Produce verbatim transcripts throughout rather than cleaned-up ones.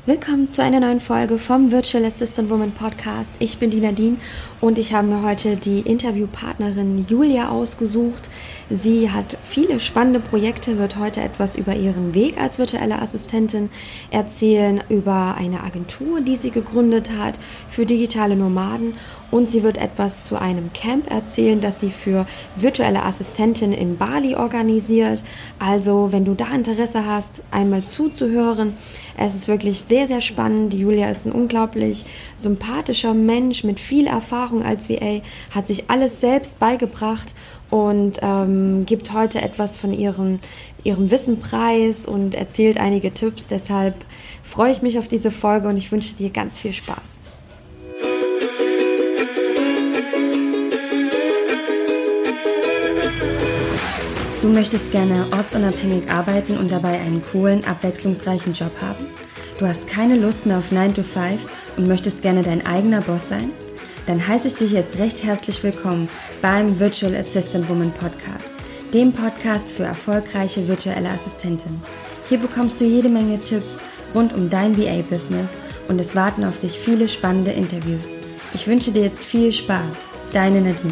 Willkommen zu einer neuen Folge vom Virtual Assistant Woman Podcast. Ich bin die Nadine und ich habe mir heute die Interviewpartnerin Julia ausgesucht. Sie hat viele spannende Projekte, wird heute etwas über ihren Weg als virtuelle Assistentin erzählen, über eine Agentur, die sie gegründet hat für digitale Nomaden, und sie wird etwas zu einem Camp erzählen, das sie für virtuelle Assistentinnen in Bali organisiert. Also, wenn du da Interesse hast, einmal zuzuhören, es ist wirklich sehr, sehr spannend. Die Julia ist ein unglaublich sympathischer Mensch mit viel Erfahrung als V A, hat sich alles selbst beigebracht und ähm, gibt heute etwas von ihrem, ihrem Wissen preis und erzählt einige Tipps. Deshalb freue ich mich auf diese Folge und ich wünsche dir ganz viel Spaß. Du möchtest gerne ortsunabhängig arbeiten und dabei einen coolen, abwechslungsreichen Job haben? Du hast keine Lust mehr auf nine to five und möchtest gerne dein eigener Boss sein? Dann heiße ich dich jetzt recht herzlich willkommen beim Virtual Assistant Woman Podcast, dem Podcast für erfolgreiche virtuelle Assistentinnen. Hier bekommst du jede Menge Tipps rund um dein V A-Business und es warten auf dich viele spannende Interviews. Ich wünsche dir jetzt viel Spaß. Deine Nadine.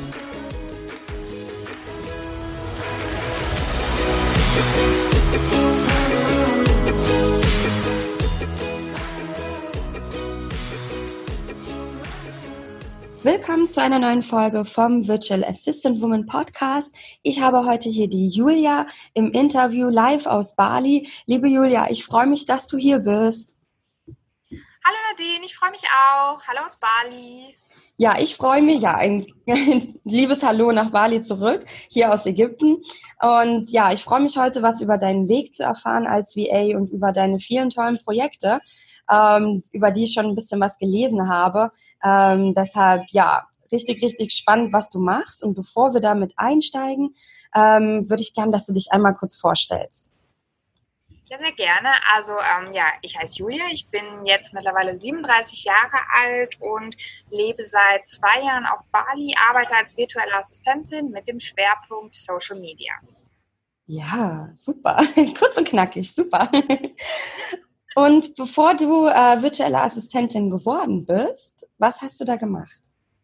Willkommen zu einer neuen Folge vom Virtual Assistant Woman Podcast. Ich habe heute hier die Julia im Interview live aus Bali. Liebe Julia, ich freue mich, dass du hier bist. Hallo Nadine, ich freue mich auch. Hallo aus Bali. Ja, ich freue mich. Ja, ein, ein liebes Hallo nach Bali zurück, hier aus Ägypten. Und ja, ich freue mich heute, was über deinen Weg zu erfahren als V A und über deine vielen tollen Projekte, ähm, über die ich schon ein bisschen was gelesen habe. Ähm, deshalb, ja, richtig, richtig spannend, was du machst. Und bevor wir damit einsteigen, ähm, würde ich gerne, dass du dich einmal kurz vorstellst. Ja, sehr gerne. Also ähm, ja, ich heiße Julia, ich bin jetzt mittlerweile siebenunddreißig Jahre alt und lebe seit zwei Jahren auf Bali, arbeite als virtuelle Assistentin mit dem Schwerpunkt Social Media. Ja, super. Kurz und knackig, super. Und bevor du äh, virtuelle Assistentin geworden bist, was hast du da gemacht?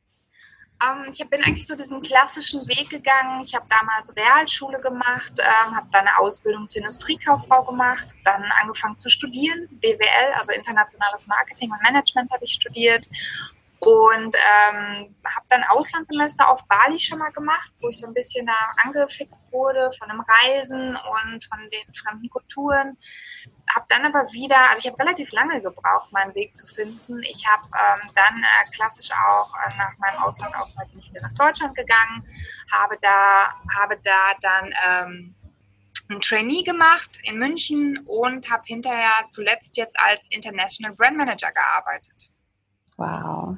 Um, ich bin eigentlich so diesen klassischen Weg gegangen. Ich habe damals Realschule gemacht, ähm, habe dann eine Ausbildung zur Industriekauffrau gemacht, dann angefangen zu studieren, B W L, also internationales Marketing und Management habe ich studiert. Und ähm, habe dann Auslandssemester auf Bali schon mal gemacht, wo ich so ein bisschen da angefixt wurde von dem Reisen und von den fremden Kulturen. Habe dann aber wieder, also ich habe relativ lange gebraucht, meinen Weg zu finden. Ich habe ähm, dann äh, klassisch auch äh, nach meinem Auslandsaufenthalt bin ich wieder nach Deutschland gegangen, habe da, habe da dann ähm, ein Trainee gemacht in München und habe hinterher zuletzt jetzt als International Brand Manager gearbeitet. Wow.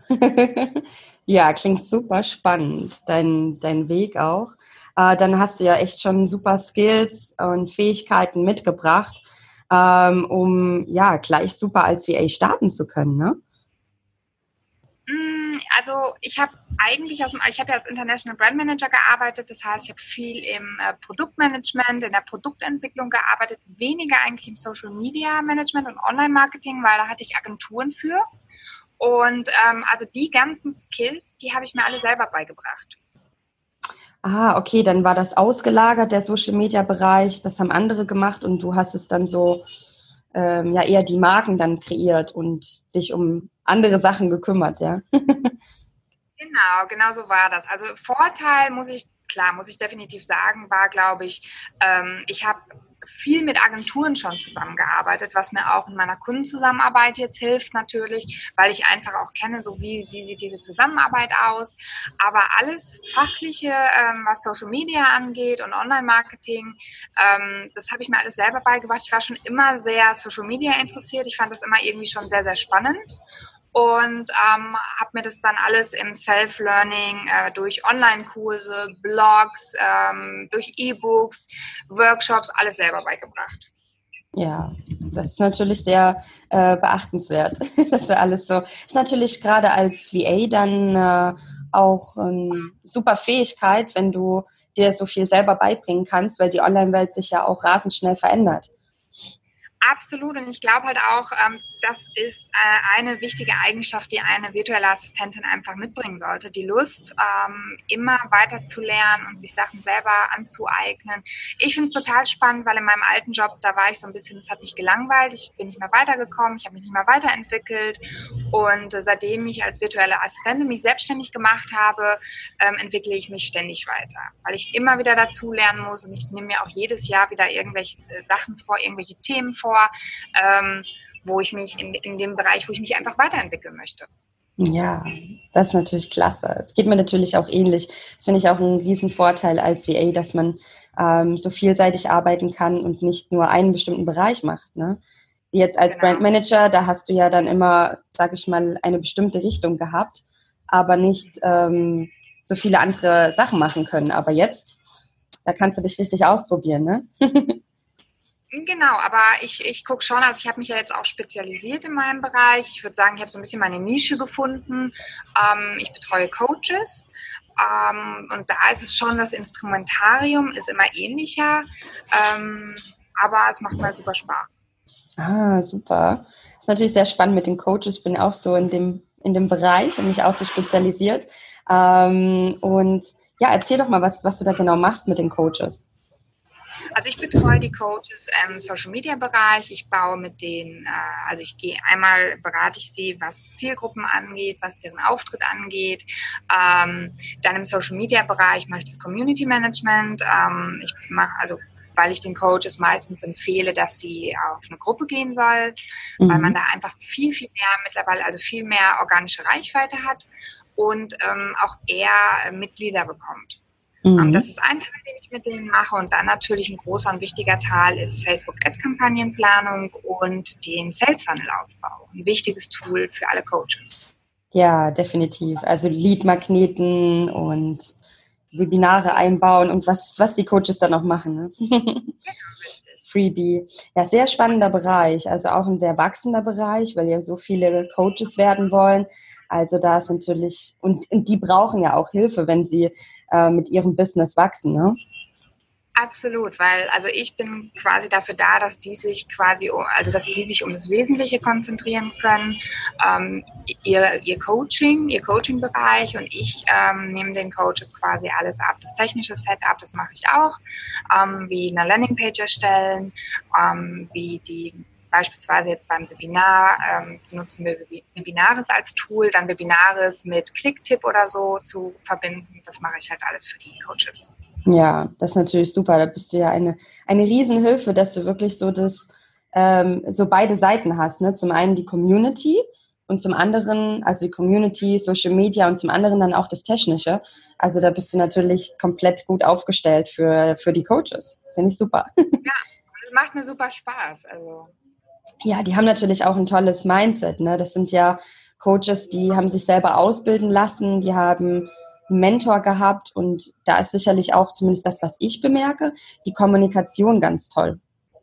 Ja, klingt super spannend, dein, dein Weg auch. Äh, dann hast du ja echt schon super Skills und Fähigkeiten mitgebracht, ähm, um ja gleich super als V A starten zu können, ne? Also ich habe eigentlich aus dem, ich habe ja als International Brand Manager gearbeitet, das heißt, ich habe viel im äh, Produktmanagement, in der Produktentwicklung gearbeitet, weniger eigentlich im Social Media Management und Online-Marketing, weil da hatte ich Agenturen für. Und ähm, also die ganzen Skills, die habe ich mir alle selber beigebracht. Ah, okay, dann war das ausgelagert, der Social-Media-Bereich, das haben andere gemacht und du hast es dann so, ähm, ja, eher die Marken dann kreiert und dich um andere Sachen gekümmert, ja? Genau, genau so war das. Also Vorteil muss ich, klar, muss ich definitiv sagen, war, glaube ich, ähm, ich habe viel mit Agenturen schon zusammengearbeitet, was mir auch in meiner Kundenzusammenarbeit jetzt hilft natürlich, weil ich einfach auch kenne, so wie, wie sieht diese Zusammenarbeit aus. Aber alles Fachliche, ähm, was Social Media angeht und Online-Marketing, ähm, das habe ich mir alles selber beigebracht. Ich war schon immer sehr Social Media interessiert. Ich fand das immer irgendwie schon sehr, sehr spannend. Und ähm, habe mir das dann alles im Self-Learning äh, durch Online-Kurse, Blogs, ähm, durch E-Books, Workshops, alles selber beigebracht. Ja, das ist natürlich sehr äh, beachtenswert. Das ist alles so. Ist natürlich gerade als V A dann äh, auch eine super Fähigkeit, wenn du dir so viel selber beibringen kannst, weil die Online-Welt sich ja auch rasend schnell verändert. Absolut, und ich glaube halt auch, ähm, das ist äh, eine wichtige Eigenschaft, die eine virtuelle Assistentin einfach mitbringen sollte. Die Lust, ähm, immer weiter zu lernen und sich Sachen selber anzueignen. Ich finde es total spannend, weil in meinem alten Job, da war ich so ein bisschen, das hat mich gelangweilt, ich bin nicht mehr weitergekommen, ich habe mich nicht mehr weiterentwickelt, und äh, seitdem ich als virtuelle Assistentin mich selbstständig gemacht habe, ähm, entwickle ich mich ständig weiter, weil ich immer wieder dazu lernen muss, und ich nehme mir auch jedes Jahr wieder irgendwelche äh, Sachen vor, irgendwelche Themen vor, Ähm, wo ich mich in, in dem Bereich, wo ich mich einfach weiterentwickeln möchte. Ja, das ist natürlich klasse. Es geht mir natürlich auch ähnlich. Das finde ich auch einen riesen Vorteil als V A, dass man ähm, so vielseitig arbeiten kann und nicht nur einen bestimmten Bereich macht. Ne? Wie jetzt als Genau. Brandmanager, da hast du ja dann immer, sage ich mal, eine bestimmte Richtung gehabt, aber nicht ähm, so viele andere Sachen machen können. Aber jetzt, da kannst du dich richtig ausprobieren, ne? Genau, aber ich, ich gucke schon, also ich habe mich ja jetzt auch spezialisiert in meinem Bereich. Ich würde sagen, ich habe so ein bisschen meine Nische gefunden. Ähm, ich betreue Coaches, ähm, und da ist es schon, das Instrumentarium ist immer ähnlicher, ähm, aber es macht mir super Spaß. Ah, super. Das ist natürlich sehr spannend mit den Coaches. Ich bin auch so in dem, in dem Bereich und mich auch so spezialisiert. Ähm, und ja, erzähl doch mal, was, was du da genau machst mit den Coaches. Also ich betreue die Coaches im Social-Media-Bereich. Ich baue mit denen, äh, also ich gehe einmal, berate ich sie, was Zielgruppen angeht, was deren Auftritt angeht. Ähm, dann im Social-Media-Bereich mache ich das Community-Management. Ähm, ich mache, also weil ich den Coaches meistens empfehle, dass sie auf eine Gruppe gehen soll, mhm. weil man da einfach viel, viel mehr mittlerweile, also viel mehr organische Reichweite hat und ähm, auch eher Mitglieder bekommt. Mhm. Das ist ein Teil, den ich mit denen mache, und dann natürlich ein großer und wichtiger Teil ist Facebook-Ad-Kampagnenplanung und den Sales-Funnel-Aufbau. Ein wichtiges Tool für alle Coaches. Ja, definitiv. Also Lead-Magneten und Webinare einbauen und was, was die Coaches dann auch machen. Ne? Genau, richtig. Freebie. Ja, sehr spannender Bereich, also auch ein sehr wachsender Bereich, weil ja so viele Coaches werden wollen. Also da ist natürlich, und, und die brauchen ja auch Hilfe, wenn sie äh, mit ihrem Business wachsen, ne? Absolut, weil also ich bin quasi dafür da, dass die sich quasi, also dass die sich um das Wesentliche konzentrieren können, ähm, ihr, ihr Coaching, ihr Coaching-Bereich, und ich ähm, nehme den Coaches quasi alles ab. Das technische Setup, das mache ich auch, ähm, wie eine Landingpage erstellen, ähm, wie die beispielsweise jetzt beim Webinar ähm, benutzen wir Webinaris als Tool, dann Webinaris mit Clicktip oder so zu verbinden. Das mache ich halt alles für die Coaches. Ja, das ist natürlich super. Da bist du ja eine, eine Riesenhilfe, dass du wirklich so das, ähm, so beide Seiten hast, ne? Zum einen die Community und zum anderen, also die Community, Social Media, und zum anderen dann auch das Technische. Also da bist du natürlich komplett gut aufgestellt für, für die Coaches. Finde ich super. Ja, das macht mir super Spaß. Also. Ja, die haben natürlich auch ein tolles Mindset, ne? Das sind ja Coaches, die haben sich selber ausbilden lassen, die haben einen Mentor gehabt, und da ist sicherlich auch, zumindest das, was ich bemerke, die Kommunikation ganz toll.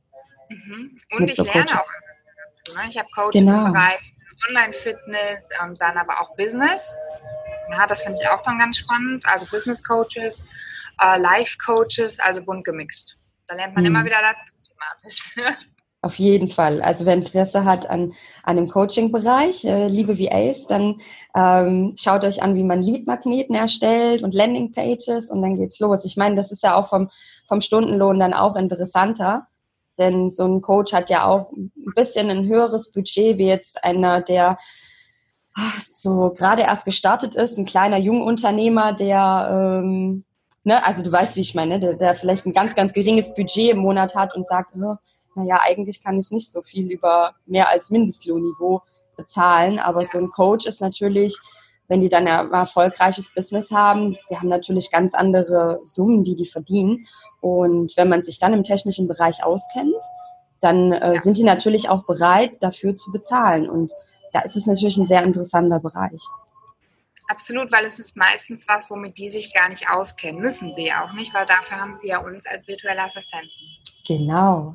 Mhm. Und ich so lerne Coaches. Auch dazu. Ne? Ich habe Coaches genau. im Bereich Online-Fitness und dann aber auch Business. Ja, das finde ich auch dann ganz spannend. Also Business-Coaches, äh, Life-Coaches, also bunt gemixt. Da lernt man mhm. immer wieder dazu thematisch. Auf jeden Fall. Also wer Interesse hat an, an dem Coaching-Bereich, äh, liebe V As, dann ähm, schaut euch an, wie man Lead-Magneten erstellt und Landing-Pages, und dann geht's los. Ich meine, das ist ja auch vom, vom Stundenlohn dann auch interessanter, denn so ein Coach hat ja auch ein bisschen ein höheres Budget wie jetzt einer, der ach, so gerade erst gestartet ist, ein kleiner Jungunternehmer, der ähm, ne, also du weißt, wie ich meine, der, der vielleicht ein ganz, ganz geringes Budget im Monat hat und sagt, oh, naja, eigentlich kann ich nicht so viel über mehr als Mindestlohnniveau bezahlen, aber so ein Coach ist natürlich, wenn die dann ein erfolgreiches Business haben, die haben natürlich ganz andere Summen, die die verdienen, und wenn man sich dann im technischen Bereich auskennt, dann äh, ja. sind die natürlich auch bereit, dafür zu bezahlen, und da ist es natürlich ein sehr interessanter Bereich. Absolut, weil es ist meistens was, womit die sich gar nicht auskennen. Müssen sie auch nicht, weil dafür haben sie ja uns als virtuelle Assistenten. Genau.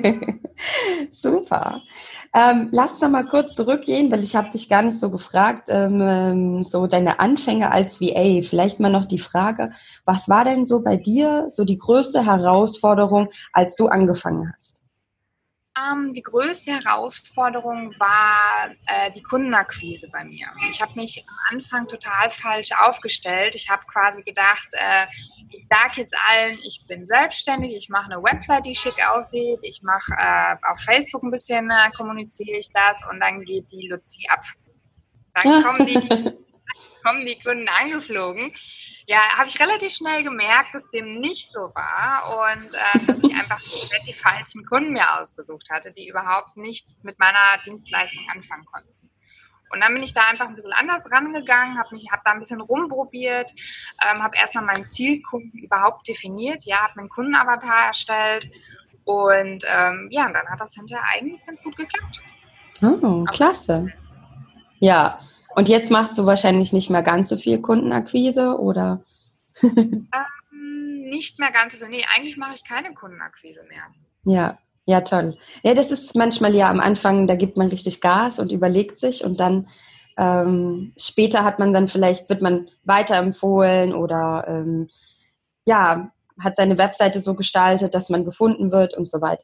Super. Ähm, lass uns noch mal kurz zurückgehen, weil ich habe dich gar nicht so gefragt, ähm, so deine Anfänge als V A. Vielleicht mal noch die Frage, was war denn so bei dir so die größte Herausforderung, als du angefangen hast? Ähm, die größte Herausforderung war äh, die Kundenakquise bei mir. Ich habe mich am Anfang total falsch aufgestellt. Ich habe quasi gedacht, äh, ich sage jetzt allen, ich bin selbstständig, ich mache eine Website, die schick aussieht, ich mache äh, auf Facebook ein bisschen, äh, kommuniziere ich das und dann geht die Luzi ab. Dann kommen die, kommen die Kunden angeflogen. Ja, habe ich relativ schnell gemerkt, dass dem nicht so war und äh, dass ich einfach die falschen Kunden mir ausgesucht hatte, die überhaupt nichts mit meiner Dienstleistung anfangen konnten. Und dann bin ich da einfach ein bisschen anders rangegangen, habe mich, habe da ein bisschen rumprobiert, ähm, habe erstmal meinen Zielkunden überhaupt definiert, ja, habe mir einen Kundenavatar erstellt und ähm, ja, und dann hat das hinterher eigentlich ganz gut geklappt. Oh, klasse. Ja, und jetzt machst du wahrscheinlich nicht mehr ganz so viel Kundenakquise, oder? ähm, nicht mehr ganz so viel. Nee, eigentlich mache ich keine Kundenakquise mehr. Ja, ja, toll. Ja, das ist manchmal ja am Anfang, da gibt man richtig Gas und überlegt sich und dann ähm, später hat man dann vielleicht, wird man weiterempfohlen oder ähm, ja, hat seine Webseite so gestaltet, dass man gefunden wird und so weiter.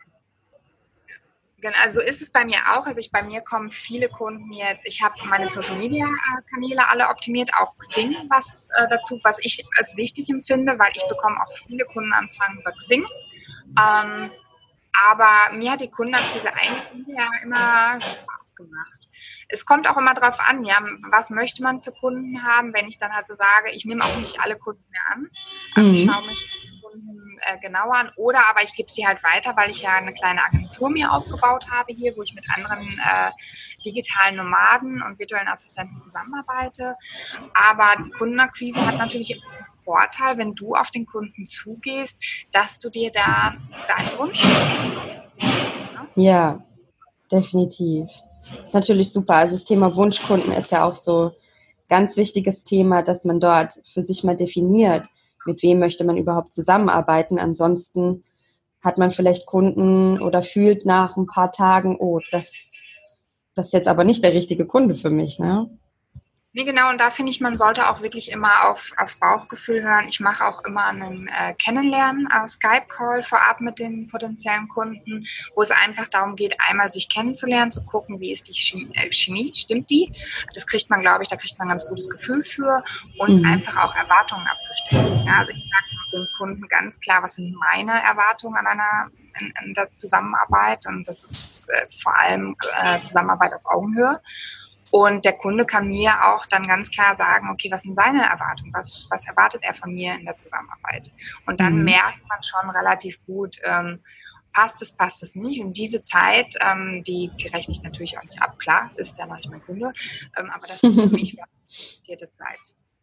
Also ist es bei mir auch. Also ich, bei mir kommen viele Kunden jetzt. Ich habe meine Social-Media-Kanäle alle optimiert, auch Xing was äh, dazu, was ich als wichtig empfinde, weil ich bekomme auch viele Kundenanfragen über Xing. Ähm, aber mir hat die Kundenakquise eigentlich ja immer Spaß gemacht. Es kommt auch immer drauf an, ja, was möchte man für Kunden haben, wenn ich dann halt so sage, ich nehme auch nicht alle Kunden mehr an. Mhm. Ich schaue mich die Kunden äh, genauer an oder aber ich gebe sie halt weiter, weil ich ja eine kleine Agentur mir aufgebaut habe hier, wo ich mit anderen äh, digitalen Nomaden und virtuellen Assistenten zusammenarbeite. Aber die Kundenakquise hat natürlich immer einen Vorteil, wenn du auf den Kunden zugehst, dass du dir da deinen Wunsch ne? Ja, definitiv. Das ist natürlich super. Also das Thema Wunschkunden ist ja auch so ein ganz wichtiges Thema, dass man dort für sich mal definiert, mit wem möchte man überhaupt zusammenarbeiten. Ansonsten hat man vielleicht Kunden oder fühlt nach ein paar Tagen, oh, das, das ist jetzt aber nicht der richtige Kunde für mich, ne? Nee, genau, und da finde ich, man sollte auch wirklich immer auf, aufs Bauchgefühl hören. Ich mache auch immer einen äh, Kennenlernen, einen Skype-Call vorab mit den potenziellen Kunden, wo es einfach darum geht, einmal sich kennenzulernen, zu gucken, wie ist die Chemie, äh, Chemie stimmt die? Das kriegt man, glaube ich, da kriegt man ein ganz gutes Gefühl für und mhm. einfach auch Erwartungen abzustellen. Ja, also ich sage dem Kunden ganz klar, was sind meine Erwartungen an einer in, in der Zusammenarbeit und das ist äh, vor allem äh, Zusammenarbeit auf Augenhöhe. Und der Kunde kann mir auch dann ganz klar sagen, okay, was sind seine Erwartungen? Was, was erwartet er von mir in der Zusammenarbeit? Und dann mhm. merkt man schon relativ gut, ähm, passt es, passt es nicht. Und diese Zeit, ähm, die, die rechne ich natürlich auch nicht ab. Klar, ist ja noch nicht mein Kunde. Ähm, aber das ist für mich eine Zeit.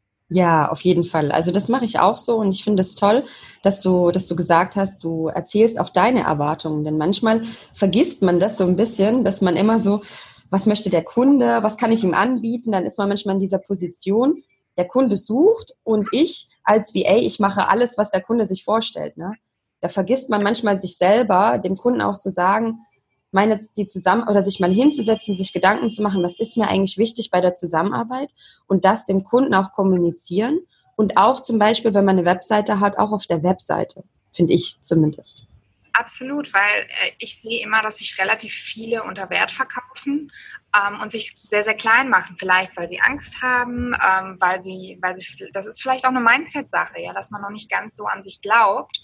Ja, auf jeden Fall. Also das mache ich auch so und ich finde es toll, dass du, dass du gesagt hast, du erzählst auch deine Erwartungen. Denn manchmal vergisst man das so ein bisschen, dass man immer so, was möchte der Kunde, was kann ich ihm anbieten? Dann ist man manchmal in dieser Position, der Kunde sucht und ich als V A, ich mache alles, was der Kunde sich vorstellt. Ne? Da vergisst man manchmal sich selber, dem Kunden auch zu sagen, meine, die zusammen oder sich mal hinzusetzen, sich Gedanken zu machen, was ist mir eigentlich wichtig bei der Zusammenarbeit und das dem Kunden auch kommunizieren und auch zum Beispiel, wenn man eine Webseite hat, auch auf der Webseite, finde ich zumindest. Absolut, weil äh, ich sehe immer, dass sich relativ viele unter Wert verkaufen ähm, und sich sehr, sehr klein machen. Vielleicht, weil sie Angst haben, ähm, weil sie, weil sie, das ist vielleicht auch eine Mindset-Sache, ja, dass man noch nicht ganz so an sich glaubt.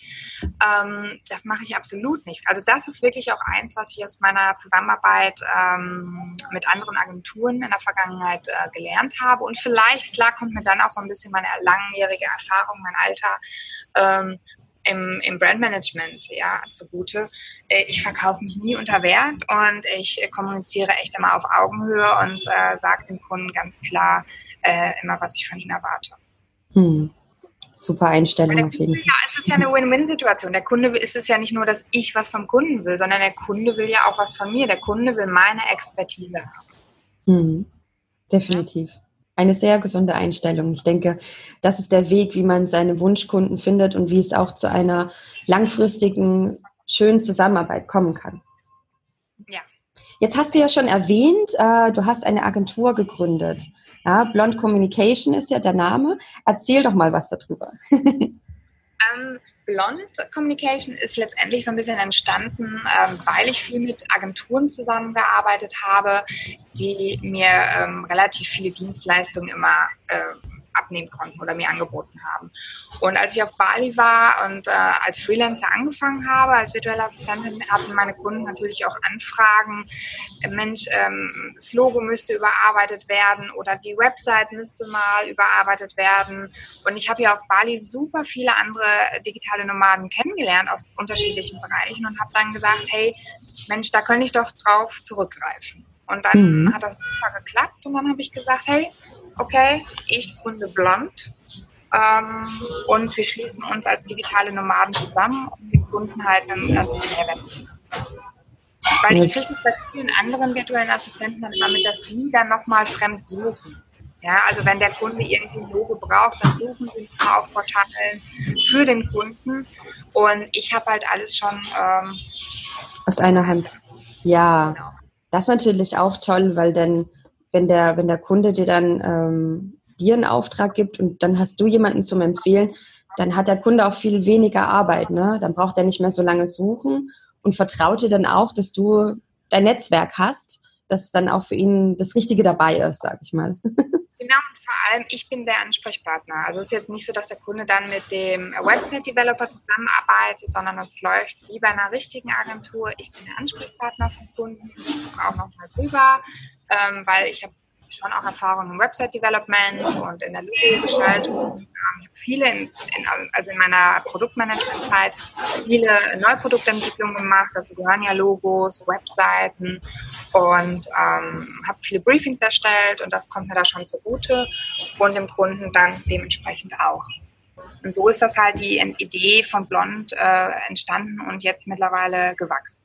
Ähm, das mache ich absolut nicht. Also das ist wirklich auch eins, was ich aus meiner Zusammenarbeit ähm, mit anderen Agenturen in der Vergangenheit äh, gelernt habe. Und vielleicht, klar, kommt mir dann auch so ein bisschen meine langjährige Erfahrung, mein Alter, ähm, Im, im Brandmanagement ja, zugute. Ich verkaufe mich nie unter Wert und ich kommuniziere echt immer auf Augenhöhe und äh, sage dem Kunden ganz klar äh, immer, was ich von ihm erwarte. Hm. Super Einstellung auf jeden Fall. Ja, es ist ja eine Win-Win-Situation. Der Kunde, es ist ja nicht nur, dass ich was vom Kunden will, sondern der Kunde will ja auch was von mir. Der Kunde will meine Expertise haben. Hm. Definitiv. Eine sehr gesunde Einstellung. Ich denke, das ist der Weg, wie man seine Wunschkunden findet und wie es auch zu einer langfristigen, schönen Zusammenarbeit kommen kann. Ja. Jetzt hast du ja schon erwähnt, äh, du hast eine Agentur gegründet. Ja, Blond Communication ist ja der Name. Erzähl doch mal was darüber. Ähm, Blond Communication ist letztendlich so ein bisschen entstanden, ähm, weil ich viel mit Agenturen zusammengearbeitet habe, die mir ähm, relativ viele Dienstleistungen immer äh, abnehmen konnten oder mir angeboten haben. Und als ich auf Bali war und äh, als Freelancer angefangen habe, als virtuelle Assistentin, hatten meine Kunden natürlich auch Anfragen, äh, Mensch, ähm, das Logo müsste überarbeitet werden oder die Website müsste mal überarbeitet werden. Und ich habe ja auf Bali super viele andere digitale Nomaden kennengelernt aus unterschiedlichen Bereichen und habe dann gesagt, hey, Mensch, da könnte ich doch drauf zurückgreifen. Und dann mhm. hat das super geklappt und dann habe ich gesagt, hey, okay, ich gründe Blond ähm, und wir schließen uns als digitale Nomaden zusammen, um den Kunden halt einen, einen Mehrwert zu geben. Weil yes. ich kriege bei vielen anderen virtuellen Assistenten dann immer mit, dass sie dann nochmal fremd suchen. Ja, also wenn der Kunde irgendwie ein Logo braucht, dann suchen sie mal auf Portalen für den Kunden und ich habe halt alles schon ähm, aus einer Hand. Ja, genau. Das ist natürlich auch toll, weil dann Wenn der, wenn der Kunde dir dann ähm, dir einen Auftrag gibt und dann hast du jemanden zum Empfehlen, dann hat der Kunde auch viel weniger Arbeit, ne? Dann braucht er nicht mehr so lange suchen und vertraut dir dann auch, dass du dein Netzwerk hast, dass dann auch für ihn das Richtige dabei ist, sag ich mal. Genau, und vor allem, ich bin der Ansprechpartner. Also es ist jetzt nicht so, dass der Kunde dann mit dem Website-Developer zusammenarbeitet, sondern es läuft wie bei einer richtigen Agentur. Ich bin der Ansprechpartner vom Kunden, ich gucke auch nochmal drüber, ähm, weil ich habe schon auch Erfahrung im Website-Development und in der Logo-Gestaltung. Ähm, ich habe viele, in, in, also in meiner Produktmanagement-Zeit, viele Neuproduktentwicklungen gemacht. Dazu gehören ja Logos, Webseiten und ähm, habe viele Briefings erstellt und das kommt mir da schon zugute und dem Kunden dann dementsprechend auch. Und so ist das halt die Idee von Blond äh, entstanden und jetzt mittlerweile gewachsen.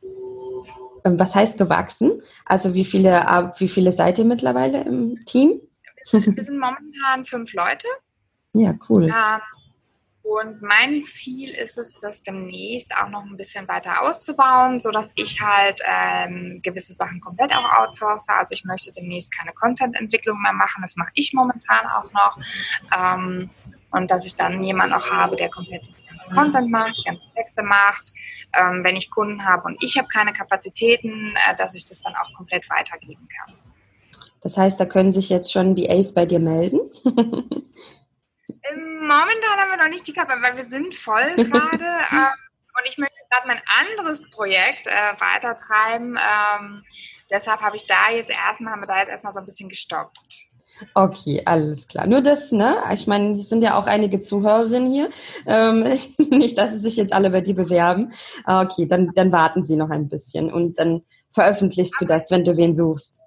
Was heißt gewachsen? Also wie viele, wie viele seid ihr mittlerweile im Team? Wir sind momentan fünf Leute. Ja, cool. Ähm, und mein Ziel ist es, das demnächst auch noch ein bisschen weiter auszubauen, sodass ich halt ähm, gewisse Sachen komplett auch outsource. Also ich möchte demnächst keine Content-Entwicklung mehr machen. Das mache ich momentan auch noch. Ähm, Und dass ich dann jemanden auch habe, der komplett das ganze Content macht, die ganzen Texte macht. Ähm, wenn ich Kunden habe und ich habe keine Kapazitäten, äh, dass ich das dann auch komplett weitergeben kann. Das heißt, da können sich jetzt schon V As bei dir melden? ähm, momentan haben wir noch nicht die Kapazität, weil wir sind voll gerade. ähm, und ich möchte gerade mein anderes Projekt äh, weitertreiben. Ähm, deshalb habe ich da jetzt erstmal, haben wir da jetzt erstmal so ein bisschen gestoppt. Okay, alles klar. Nur das, ne? Ich meine, es sind ja auch einige Zuhörerinnen hier. Ähm, nicht, dass sie sich jetzt alle bei dir bewerben. Okay, dann, dann warten sie noch ein bisschen und dann veröffentlichst du das, wenn du wen suchst.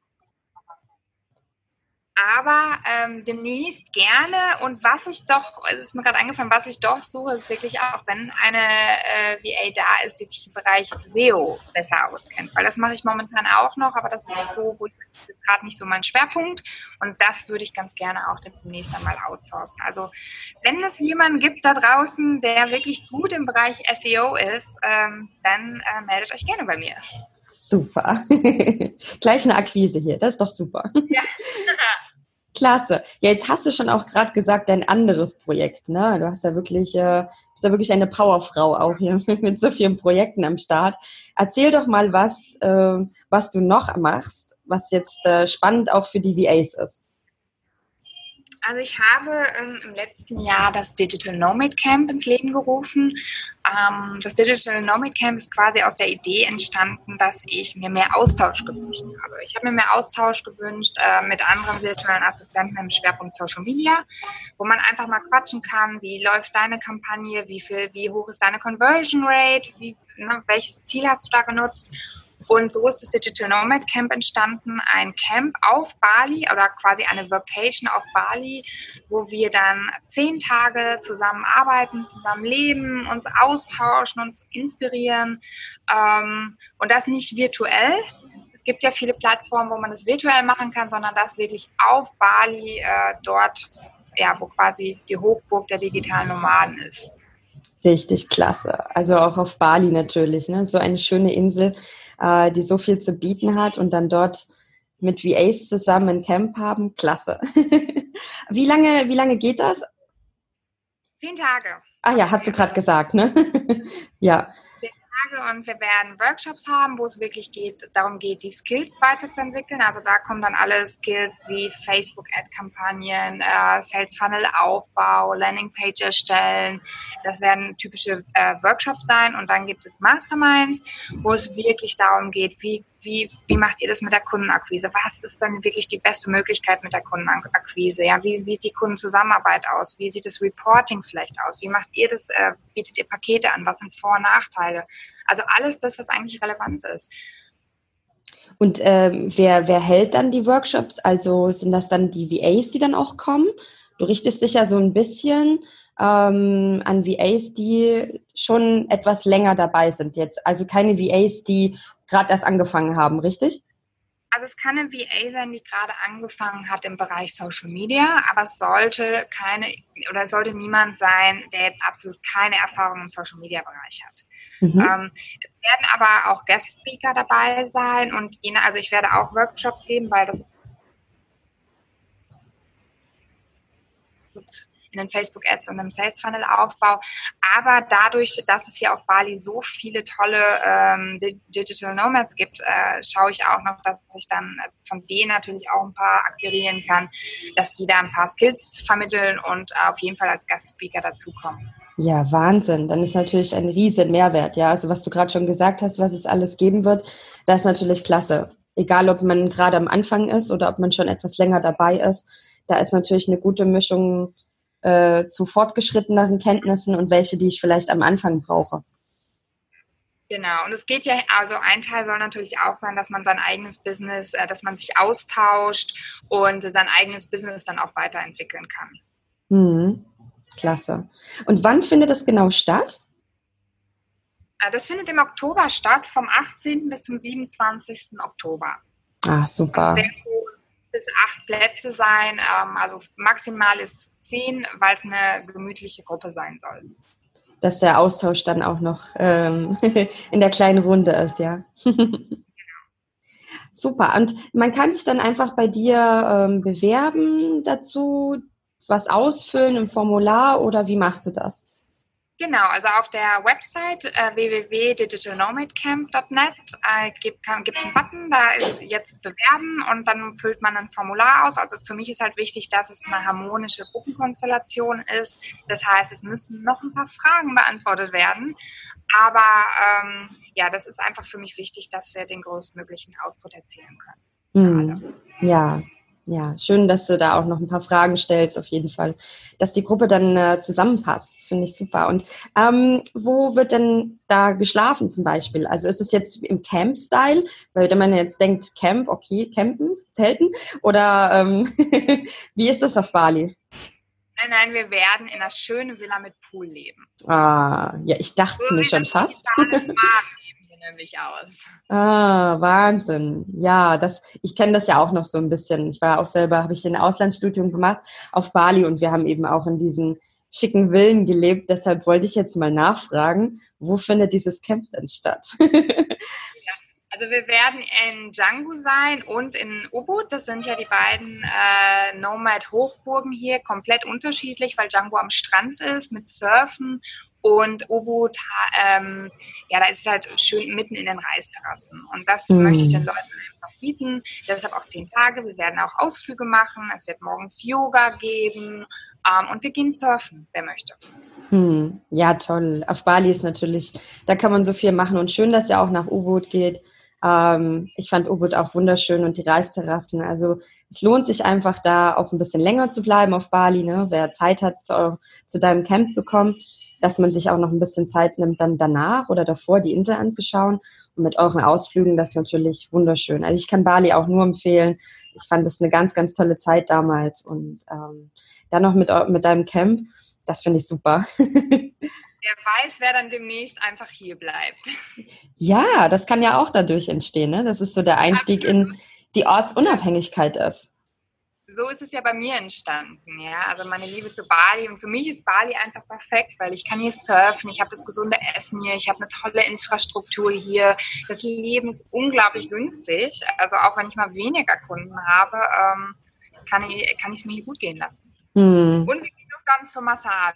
Aber ähm, demnächst gerne. Und was ich doch, also ist mir gerade eingefallen, was ich doch suche, ist wirklich auch, wenn eine äh, V A da ist, die sich im Bereich S E O besser auskennt. Weil das mache ich momentan auch noch, aber das ist so, wo ich sage, das ist gerade nicht so mein Schwerpunkt. Und das würde ich ganz gerne auch demnächst einmal outsourcen. Also wenn es jemanden gibt da draußen, der wirklich gut im Bereich S E O ist, ähm, dann äh, meldet euch gerne bei mir. Super. Gleich eine Akquise hier, das ist doch super. Ja. Klasse. Ja, jetzt hast du schon auch gerade gesagt, dein anderes Projekt, ne? Du hast ja wirklich, äh, bist ja wirklich eine Powerfrau auch hier mit so vielen Projekten am Start. Erzähl doch mal was, äh, was du noch machst, was jetzt äh, spannend auch für die V As ist. Also ich habe ähm, im letzten Jahr das Digital Nomad Camp ins Leben gerufen. Ähm, das Digital Nomad Camp ist quasi aus der Idee entstanden, dass ich mir mehr Austausch gewünscht habe. Ich habe mir mehr Austausch gewünscht äh, mit anderen virtuellen Assistenten im Schwerpunkt Social Media, wo man einfach mal quatschen kann, wie läuft deine Kampagne, wie viel, wie hoch ist deine Conversion Rate, wie, ne, welches Ziel hast du da genutzt? Und so ist das Digital Nomad Camp entstanden, ein Camp auf Bali oder quasi eine Vacation auf Bali, wo wir dann zehn Tage zusammen arbeiten, zusammen leben, uns austauschen, uns inspirieren ähm, und das nicht virtuell. Es gibt ja viele Plattformen, wo man das virtuell machen kann, sondern das wirklich auf Bali, äh, dort, ja, wo quasi die Hochburg der digitalen Nomaden ist. Richtig klasse. Also auch auf Bali natürlich, ne? So eine schöne Insel, äh, die so viel zu bieten hat und dann dort mit V As zusammen ein Camp haben. Klasse. Wie lange, wie lange geht das? Zehn Tage. Ah ja, hast du gerade gesagt, ne? Ja. Und wir werden Workshops haben, wo es wirklich geht, darum geht, die Skills weiterzuentwickeln. Also da kommen dann alle Skills wie Facebook-Ad-Kampagnen, äh, Sales-Funnel-Aufbau, Landing-Page erstellen. Das werden typische äh, Workshops sein. Und dann gibt es Masterminds, wo es wirklich darum geht, wie Wie, wie macht ihr das mit der Kundenakquise? Was ist dann wirklich die beste Möglichkeit mit der Kundenakquise? Ja, wie sieht die Kundenzusammenarbeit aus? Wie sieht das Reporting vielleicht aus? Wie macht ihr das? Äh, bietet ihr Pakete an? Was sind Vor- und Nachteile? Also alles das, was eigentlich relevant ist. Und ähm, wer, wer hält dann die Workshops? Also sind das dann die V As, die dann auch kommen? Du richtest dich ja so ein bisschen ähm, an V As, die schon etwas länger dabei sind jetzt. Also keine V As, die gerade erst angefangen haben, richtig? Also es kann eine V A sein, die gerade angefangen hat im Bereich Social Media, aber es sollte keine oder sollte niemand sein, der jetzt absolut keine Erfahrung im Social Media Bereich hat. Mhm. Ähm, es werden aber auch Guest Speaker dabei sein und jene, also ich werde auch Workshops geben, weil das ist in den Facebook-Ads und im Sales-Funnel-Aufbau. Aber dadurch, dass es hier auf Bali so viele tolle ähm, Digital Nomads gibt, äh, schaue ich auch noch, dass ich dann von denen natürlich auch ein paar akquirieren kann, dass die da ein paar Skills vermitteln und äh, auf jeden Fall als Gastspeaker dazukommen. Ja, Wahnsinn. Dann ist natürlich ein riesen Mehrwert. Ja, also was du gerade schon gesagt hast, was es alles geben wird, das ist natürlich klasse. Egal, ob man gerade am Anfang ist oder ob man schon etwas länger dabei ist, da ist natürlich eine gute Mischung Äh, zu fortgeschritteneren Kenntnissen und welche, die ich vielleicht am Anfang brauche. Genau, und es geht ja, also ein Teil soll natürlich auch sein, dass man sein eigenes Business, äh, dass man sich austauscht und sein eigenes Business dann auch weiterentwickeln kann. Mhm. Klasse. Und wann findet das genau statt? Äh, das findet im Oktober statt, vom achtzehnten bis zum siebenundzwanzigsten Oktober. Ah, super. Bis acht Plätze sein, ähm, also maximal ist zehn, weil es eine gemütliche Gruppe sein soll. Dass der Austausch dann auch noch ähm, in der kleinen Runde ist, ja. Genau. Super. Und man kann sich dann einfach bei dir ähm, bewerben dazu, was ausfüllen im Formular oder wie machst du das? Genau, also auf der Website äh, w w w punkt digital nomad camp punkt net äh, gibt es einen Button, da ist jetzt bewerben und dann füllt man ein Formular aus. Also für mich ist halt wichtig, dass es eine harmonische Gruppenkonstellation ist. Das heißt, es müssen noch ein paar Fragen beantwortet werden. Aber ähm, ja, das ist einfach für mich wichtig, dass wir den größtmöglichen Output erzielen können. Hm. Ja. Ja, schön, dass du da auch noch ein paar Fragen stellst, auf jeden Fall, dass die Gruppe dann äh, zusammenpasst. Das finde ich super. Und ähm, wo wird denn da geschlafen zum Beispiel? Also ist es jetzt im Camp-Style? Weil wenn man jetzt denkt, Camp, okay, campen, zelten. Oder ähm, wie ist das auf Bali? Nein, nein, wir werden in einer schönen Villa mit Pool leben. Ah, ja, ich dachte es mir schon fast. Nämlich aus. Ah, Wahnsinn. Ja, das, ich kenne das ja auch noch so ein bisschen. Ich war auch selber, habe ich ein Auslandsstudium gemacht auf Bali und wir haben eben auch in diesen schicken Villen gelebt. Deshalb wollte ich jetzt mal nachfragen, wo findet dieses Camp denn statt? Ja, also wir werden in Canggu sein und in Ubud. Das sind ja die beiden äh, Nomad-Hochburgen hier, komplett unterschiedlich, weil Canggu am Strand ist mit Surfen. Und Ubud, ähm, ja, da ist es halt schön mitten in den Reisterrassen. Und das mm. möchte ich den Leuten einfach bieten. Deshalb auch zehn Tage. Wir werden auch Ausflüge machen. Es wird morgens Yoga geben. Ähm, und wir gehen surfen, wer möchte. Hm. Ja, toll. Auf Bali ist natürlich, da kann man so viel machen. Und schön, dass ihr auch nach Ubud geht. Ähm, ich fand Ubud auch wunderschön und die Reisterrassen. Also es lohnt sich einfach, da auch ein bisschen länger zu bleiben auf Bali, ne? Wer Zeit hat, zu, zu deinem Camp zu kommen, dass man sich auch noch ein bisschen Zeit nimmt, dann danach oder davor die Insel anzuschauen. Und mit euren Ausflügen, das ist natürlich wunderschön. Also ich kann Bali auch nur empfehlen. Ich fand das eine ganz, ganz tolle Zeit damals. Und ähm, dann noch mit, mit deinem Camp, das finde ich super. Wer weiß, wer dann demnächst einfach hier bleibt. Ja, das kann ja auch dadurch entstehen, ne? Das ist so der Einstieg Absolut. In die Ortsunabhängigkeit ist. So ist es ja bei mir entstanden, ja. Also meine Liebe zu Bali und für mich ist Bali einfach perfekt, weil ich kann hier surfen, ich habe das gesunde Essen hier, ich habe eine tolle Infrastruktur hier. Das Leben ist unglaublich günstig. Also auch wenn ich mal weniger Kunden habe, ähm, kann ich kann ich es mir hier gut gehen lassen. Hm. Und wir gehen auch dann zur Massage.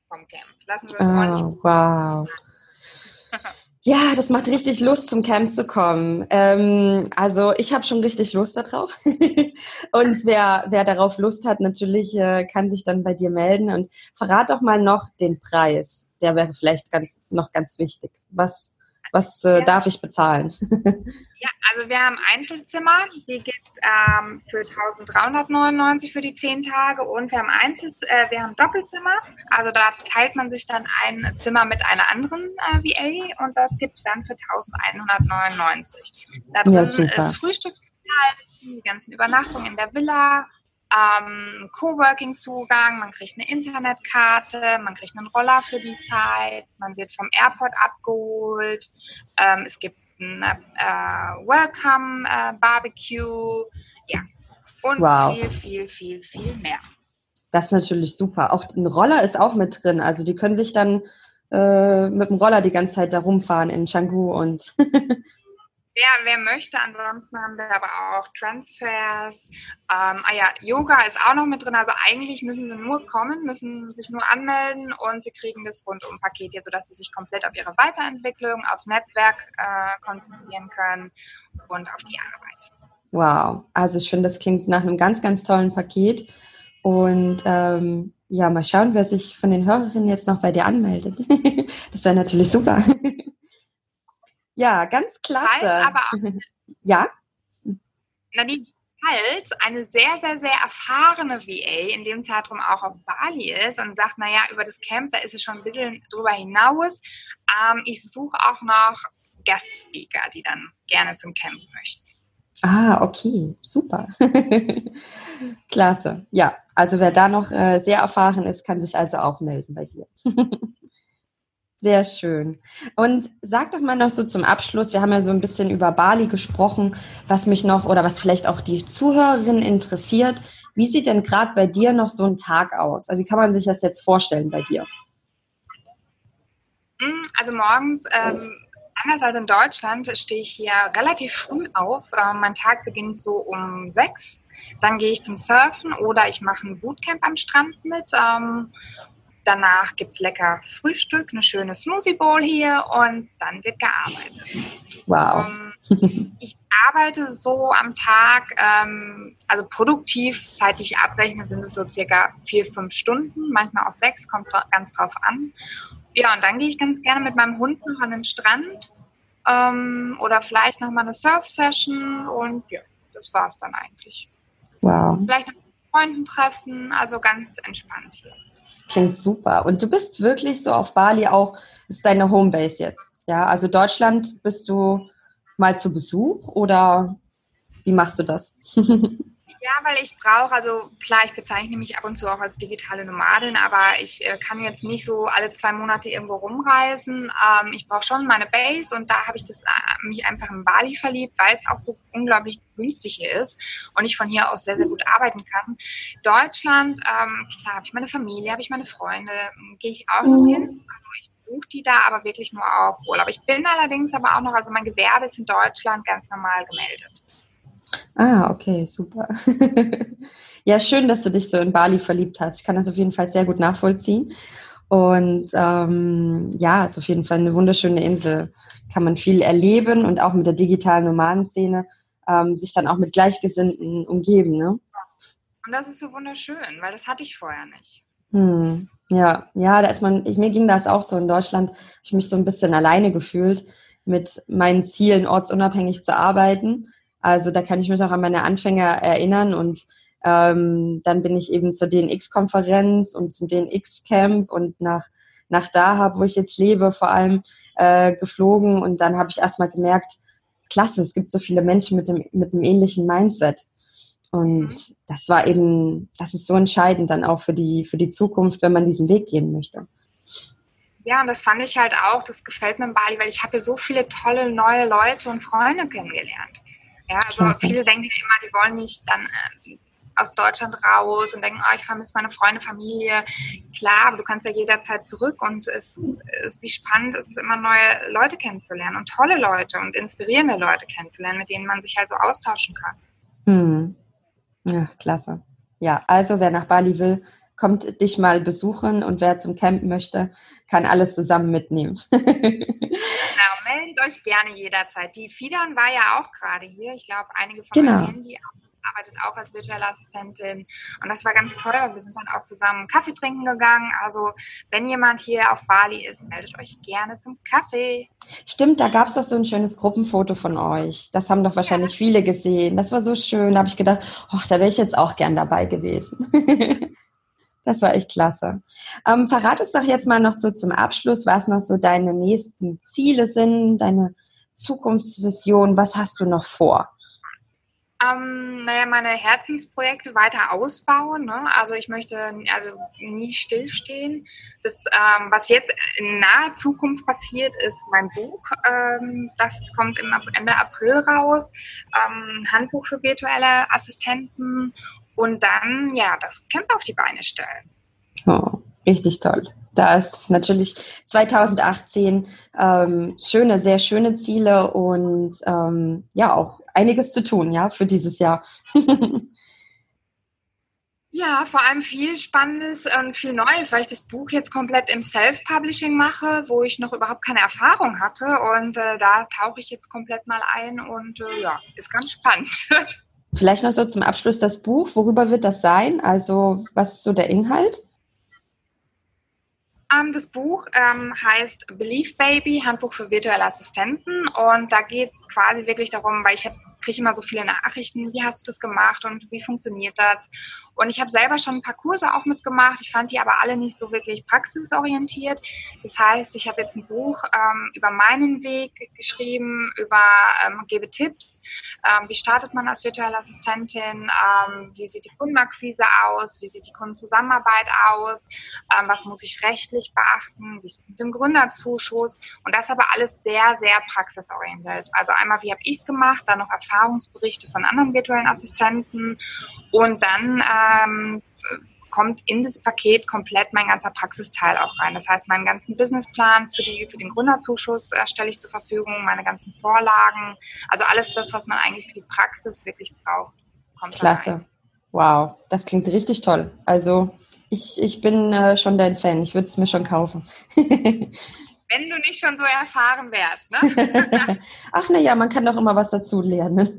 vom Camp. Lassen wir uns Oh, ordentlich. wow. Ja, das macht richtig Lust, zum Camp zu kommen. Ähm, also ich habe schon richtig Lust darauf. Und wer, wer darauf Lust hat, natürlich äh, kann sich dann bei dir melden. Und verrat doch mal noch den Preis. Der wäre vielleicht ganz, noch ganz wichtig. Was, was äh, Ja. darf ich bezahlen? Ja, also wir haben Einzelzimmer, die gibt ähm, für eintausenddreihundertneunundneunzig für die zehn Tage und wir haben Einzel äh, wir haben Doppelzimmer, also da teilt man sich dann ein Zimmer mit einer anderen äh, V A und das gibt es dann für eintausendeinhundertneunundneunzig. Da drin Ja, super. ist Frühstück enthalten, die ganzen Übernachtungen in der Villa, ähm, Coworking-Zugang, man kriegt eine Internetkarte, man kriegt einen Roller für die Zeit, man wird vom Airport abgeholt, ähm, es gibt ein äh, Welcome äh, Barbecue, ja, und Wow. viel, viel, viel, viel mehr. Das ist natürlich super. Auch ein Roller ist auch mit drin. Also die können sich dann äh, mit dem Roller die ganze Zeit da rumfahren in Canggu und Wer, wer möchte, ansonsten haben wir aber auch Transfers. Ähm, ah ja, Yoga ist auch noch mit drin. Also eigentlich müssen sie nur kommen, müssen sich nur anmelden und sie kriegen das Rundum-Paket hier, sodass sie sich komplett auf ihre Weiterentwicklung, aufs Netzwerk äh, konzentrieren können und auf die Arbeit. wow. Also ich finde, das klingt nach einem ganz, ganz tollen Paket. Und ähm, ja, mal schauen, wer sich von den Hörerinnen jetzt noch bei dir anmeldet. Das wäre natürlich super. Ja, ganz klasse. Falls aber auch, ja? Nadine, falls eine sehr, sehr, sehr erfahrene V A in dem Zeitraum auch auf Bali ist und sagt, naja, über das Camp, da ist es schon ein bisschen drüber hinaus. Ähm, ich suche auch noch Gastspeaker, die dann gerne zum Camp möchten. Ah, okay, super. Klasse. Ja, also wer da noch äh, sehr erfahren ist, kann sich also auch melden bei dir. Sehr schön. Und sag doch mal noch so zum Abschluss, wir haben ja so ein bisschen über Bali gesprochen, was mich noch oder was vielleicht auch die Zuhörerinnen interessiert. Wie sieht denn gerade bei dir noch so ein Tag aus? Also wie kann man sich das jetzt vorstellen bei dir? Also morgens, ähm, anders als in Deutschland, stehe ich hier relativ früh auf. Ähm, mein Tag beginnt so um sechs. Dann gehe ich zum Surfen oder ich mache ein Bootcamp am Strand mit. Ähm, Danach gibt es lecker Frühstück, eine schöne Smoothie Bowl hier und dann wird gearbeitet. Wow. Um, ich arbeite so am Tag, ähm, also produktiv, zeitlich abrechne, sind es so circa vier, fünf Stunden, manchmal auch sechs, kommt ganz drauf an. Ja, und dann gehe ich ganz gerne mit meinem Hund noch an den Strand ähm, oder vielleicht nochmal eine Surf-Session und ja, das war es dann eigentlich. Wow. Vielleicht noch mit Freunden treffen, also ganz entspannt hier. Klingt super. Und du bist wirklich so auf Bali auch, ist deine Homebase jetzt, ja? Also Deutschland bist du mal zu Besuch oder wie machst du das? Ja, weil ich brauche, also klar, ich bezeichne mich ab und zu auch als digitale Nomadin, aber ich äh, kann jetzt nicht so alle zwei Monate irgendwo rumreisen. Ähm, ich brauche schon meine Base und da habe ich das, äh, mich einfach in Bali verliebt, weil es auch so unglaublich günstig hier ist und ich von hier aus sehr, sehr gut arbeiten kann. Deutschland, ähm, klar, habe ich meine Familie, habe ich meine Freunde, gehe ich auch noch hin. Also ich besuche die da, aber wirklich nur auf Urlaub. Ich bin allerdings aber auch noch, also mein Gewerbe ist in Deutschland ganz normal gemeldet. Ah, okay, super. Ja, schön, dass du dich so in Bali verliebt hast. Ich kann das auf jeden Fall sehr gut nachvollziehen. Und ähm, ja, ist auf jeden Fall eine wunderschöne Insel. Kann man viel erleben und auch mit der digitalen Nomadenszene ähm, sich dann auch mit Gleichgesinnten umgeben, ne? Und das ist so wunderschön, weil das hatte ich vorher nicht. Hm. Ja, ja, da ist man, ich, mir ging das auch so in Deutschland, habe ich mich so ein bisschen alleine gefühlt, mit meinen Zielen ortsunabhängig zu arbeiten. Also da kann ich mich auch an meine Anfänge erinnern und ähm, dann bin ich eben zur D N X-Konferenz und zum D N X-Camp und nach, nach Dahab, wo ich jetzt lebe, vor allem äh, geflogen und dann habe ich erstmal gemerkt, klasse, es gibt so viele Menschen mit dem, mit einem ähnlichen Mindset. Und das war eben, das ist so entscheidend dann auch für die, für die Zukunft, wenn man diesen Weg gehen möchte. Ja, und das fand ich halt auch, das gefällt mir in Bali, weil ich habe hier so viele tolle neue Leute und Freunde kennengelernt. Ja, also Klasse. Viele denken immer, die wollen nicht dann äh, aus Deutschland raus und denken, oh, ich vermisse meine Freunde, Familie. Klar, aber du kannst ja jederzeit zurück und es ist, wie spannend ist es immer, neue Leute kennenzulernen und tolle Leute und inspirierende Leute kennenzulernen, mit denen man sich halt so austauschen kann. Hm. Ja, klasse. Ja, also wer nach Bali will, kommt dich mal besuchen und wer zum Campen möchte, kann alles zusammen mitnehmen. Genau, meldet euch gerne jederzeit. Die Fidan war ja auch gerade hier. Ich glaube, einige von Genau. euch kennen die, arbeitet auch als virtuelle Assistentin und das war ganz toll. Wir sind dann auch zusammen Kaffee trinken gegangen. Also wenn jemand hier auf Bali ist, meldet euch gerne zum Kaffee. Stimmt, da gab es doch so ein schönes Gruppenfoto von euch. Das haben doch wahrscheinlich ja. viele gesehen. Das war so schön. Da habe ich gedacht, oh, da wäre ich jetzt auch gern dabei gewesen. Das war echt klasse. Ähm, verrat uns doch jetzt mal noch so zum Abschluss, was noch so deine nächsten Ziele sind, deine Zukunftsvision. Was hast du noch vor? Ähm, naja, meine Herzensprojekte weiter ausbauen. Ne? Also ich möchte also nie stillstehen. Das, ähm, was jetzt in naher Zukunft passiert, ist mein Buch. Ähm, das kommt im Ende April raus. Ähm, Handbuch für virtuelle Assistenten. Und dann, ja, das Camp auf die Beine stellen. Oh, richtig toll. Da ist natürlich zwanzig achtzehn ähm, schöne, sehr schöne Ziele und ähm, ja, auch einiges zu tun, ja, für dieses Jahr. Ja, vor allem viel Spannendes und viel Neues, weil ich das Buch jetzt komplett im Self-Publishing mache, wo ich noch überhaupt keine Erfahrung hatte und äh, da tauche ich jetzt komplett mal ein und äh, ja, ist ganz spannend. Vielleicht noch so zum Abschluss das Buch. Worüber wird das sein? Also, was ist so der Inhalt? Um, das Buch ähm, heißt Believe Baby, Handbuch für virtuelle Assistenten und da geht es quasi wirklich darum, weil ich kriege immer so viele Nachrichten, wie hast du das gemacht und wie funktioniert das? Und ich habe selber schon ein paar Kurse auch mitgemacht, ich fand die aber alle nicht so wirklich praxisorientiert. Das heißt, ich habe jetzt ein Buch ähm, über meinen Weg geschrieben, über ähm, gebe Tipps, ähm, wie startet man als virtuelle Assistentin, ähm, wie sieht die Kundenakquise aus, wie sieht die Kundenzusammenarbeit aus, ähm, was muss ich rechtlich beachten, wie ist es mit dem Gründerzuschuss und das aber alles sehr, sehr praxisorientiert. Also einmal, wie habe ich es gemacht, dann noch Erfahrungsberichte von anderen virtuellen Assistenten und dann ähm, kommt in das Paket komplett mein ganzer Praxisteil auch rein. Das heißt, meinen ganzen Businessplan für, die, für den Gründerzuschuss äh, stelle ich zur Verfügung, meine ganzen Vorlagen, also alles das, was man eigentlich für die Praxis wirklich braucht, kommt Klasse. da rein. Wow, das klingt richtig toll. Also ich, ich bin äh, schon dein Fan. Ich würde es mir schon kaufen. Wenn du nicht schon so erfahren wärst, ne? Ach naja, man kann doch immer was dazu lernen.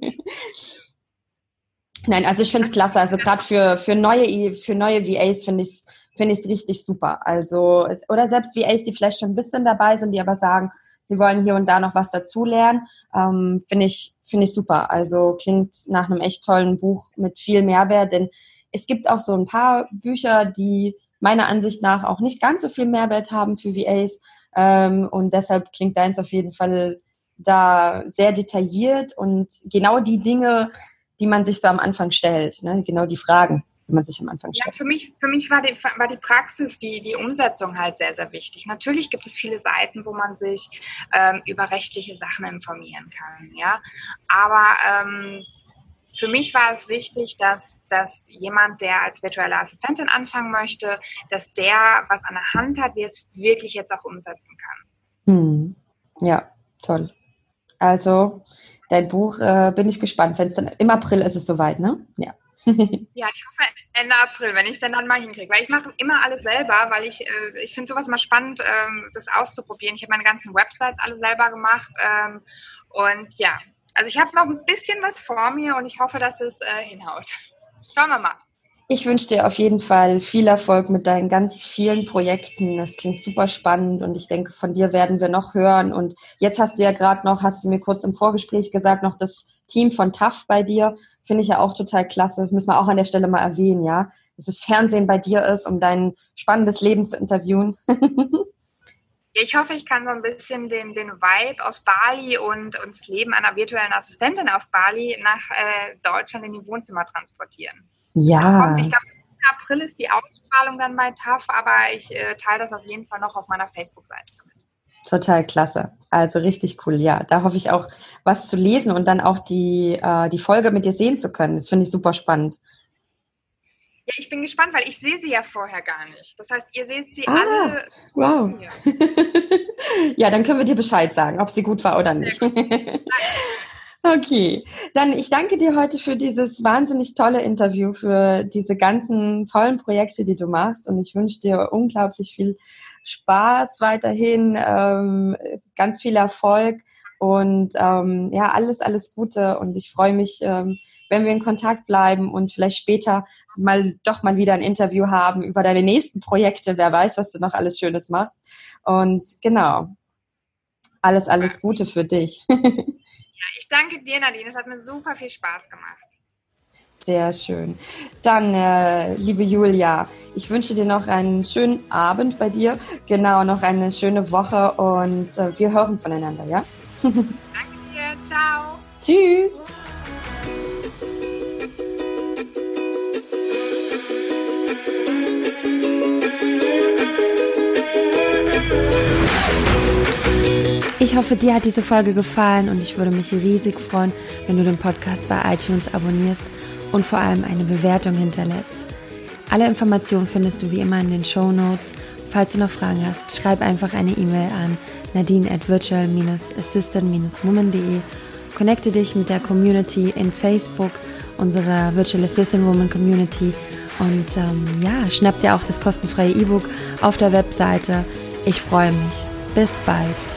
Nein, also ich finde es klasse. Also gerade für, für neue, für neue V As finde ich es finde ich es richtig super. Also, es, oder selbst V As, die vielleicht schon ein bisschen dabei sind, die aber sagen, sie wollen hier und da noch was dazulernen, ähm, finde ich, finde ich super. Also klingt nach einem echt tollen Buch mit viel Mehrwert, denn es gibt auch so ein paar Bücher, die meiner Ansicht nach auch nicht ganz so viel Mehrwert haben für V As. Ähm, und deshalb klingt deins auf jeden Fall da sehr detailliert und genau die Dinge, die man sich so am Anfang stellt, ne? Genau die Fragen, die man sich am Anfang stellt. Ja, für mich, für mich war, die, war die Praxis, die, die Umsetzung halt sehr, sehr wichtig. Natürlich gibt es viele Seiten, wo man sich ähm, über rechtliche Sachen informieren kann, ja, aber ähm, für mich war es wichtig, dass, dass jemand, der als virtuelle Assistentin anfangen möchte, dass der was an der Hand hat, wie es wirklich jetzt auch umsetzen kann. Hm. Ja, toll. Also dein Buch, äh, bin ich gespannt. Wenn's dann, im April ist es soweit, ne? Ja. Ja, ich hoffe Ende April, wenn ich es dann, dann mal hinkriege. Weil ich mache immer alles selber, weil ich, äh, ich finde sowas immer spannend, ähm, das auszuprobieren. Ich habe meine ganzen Websites alle selber gemacht ähm, und ja, also ich habe noch ein bisschen was vor mir und ich hoffe, dass es äh, hinhaut. Schauen wir mal. Ich wünsche dir auf jeden Fall viel Erfolg mit deinen ganz vielen Projekten. Das klingt super spannend und ich denke, von dir werden wir noch hören. Und jetzt hast du ja gerade noch, hast du mir kurz im Vorgespräch gesagt, noch das Team von T A F bei dir. Finde ich ja auch total klasse. Das müssen wir auch an der Stelle mal erwähnen, ja. Dass das Fernsehen bei dir ist, um dein spannendes Leben zu interviewen. Ich hoffe, ich kann so ein bisschen den, den Vibe aus Bali und, und das Leben einer virtuellen Assistentin auf Bali nach äh, Deutschland in die Wohnzimmer transportieren. Ja. Das kommt, ich glaube, im April ist die Ausstrahlung dann bei T A F, aber ich äh, teile das auf jeden Fall noch auf meiner Facebook-Seite damit. Total klasse. Also richtig cool, ja. Da hoffe ich auch, was zu lesen und dann auch die, äh, die Folge mit dir sehen zu können. Das finde ich super spannend. Ja, ich bin gespannt, weil ich sehe sie ja vorher gar nicht. Das heißt, ihr seht sie ah, alle. Wow. Ja, dann können wir dir Bescheid sagen, ob sie gut war oder nicht. Okay, dann ich danke dir heute für dieses wahnsinnig tolle Interview, für diese ganzen tollen Projekte, die du machst, und ich wünsche dir unglaublich viel Spaß weiterhin, ähm, ganz viel Erfolg und ähm, ja, alles, alles Gute, und ich freue mich, ähm, wenn wir in Kontakt bleiben und vielleicht später mal doch mal wieder ein Interview haben über deine nächsten Projekte. Wer weiß, was du noch alles Schönes machst. Und genau, alles, alles Gute für dich. Ich danke dir, Nadine. Es hat mir super viel Spaß gemacht. Sehr schön. Dann, äh, liebe Julia, ich wünsche dir noch einen schönen Abend bei dir. Genau, noch eine schöne Woche, und äh, wir hören voneinander, ja? Danke dir. Ciao. Tschüss. Ich hoffe, dir hat diese Folge gefallen, und ich würde mich riesig freuen, wenn du den Podcast bei iTunes abonnierst und vor allem eine Bewertung hinterlässt. Alle Informationen findest du wie immer in den Shownotes. Falls du noch Fragen hast, schreib einfach eine E-Mail an nadine at virtual assistant woman dot de. Connecte dich mit der Community in Facebook, unserer Virtual Assistant Woman Community, und ähm, ja, schnapp dir auch das kostenfreie E-Book auf der Webseite. Ich freue mich. Bis bald.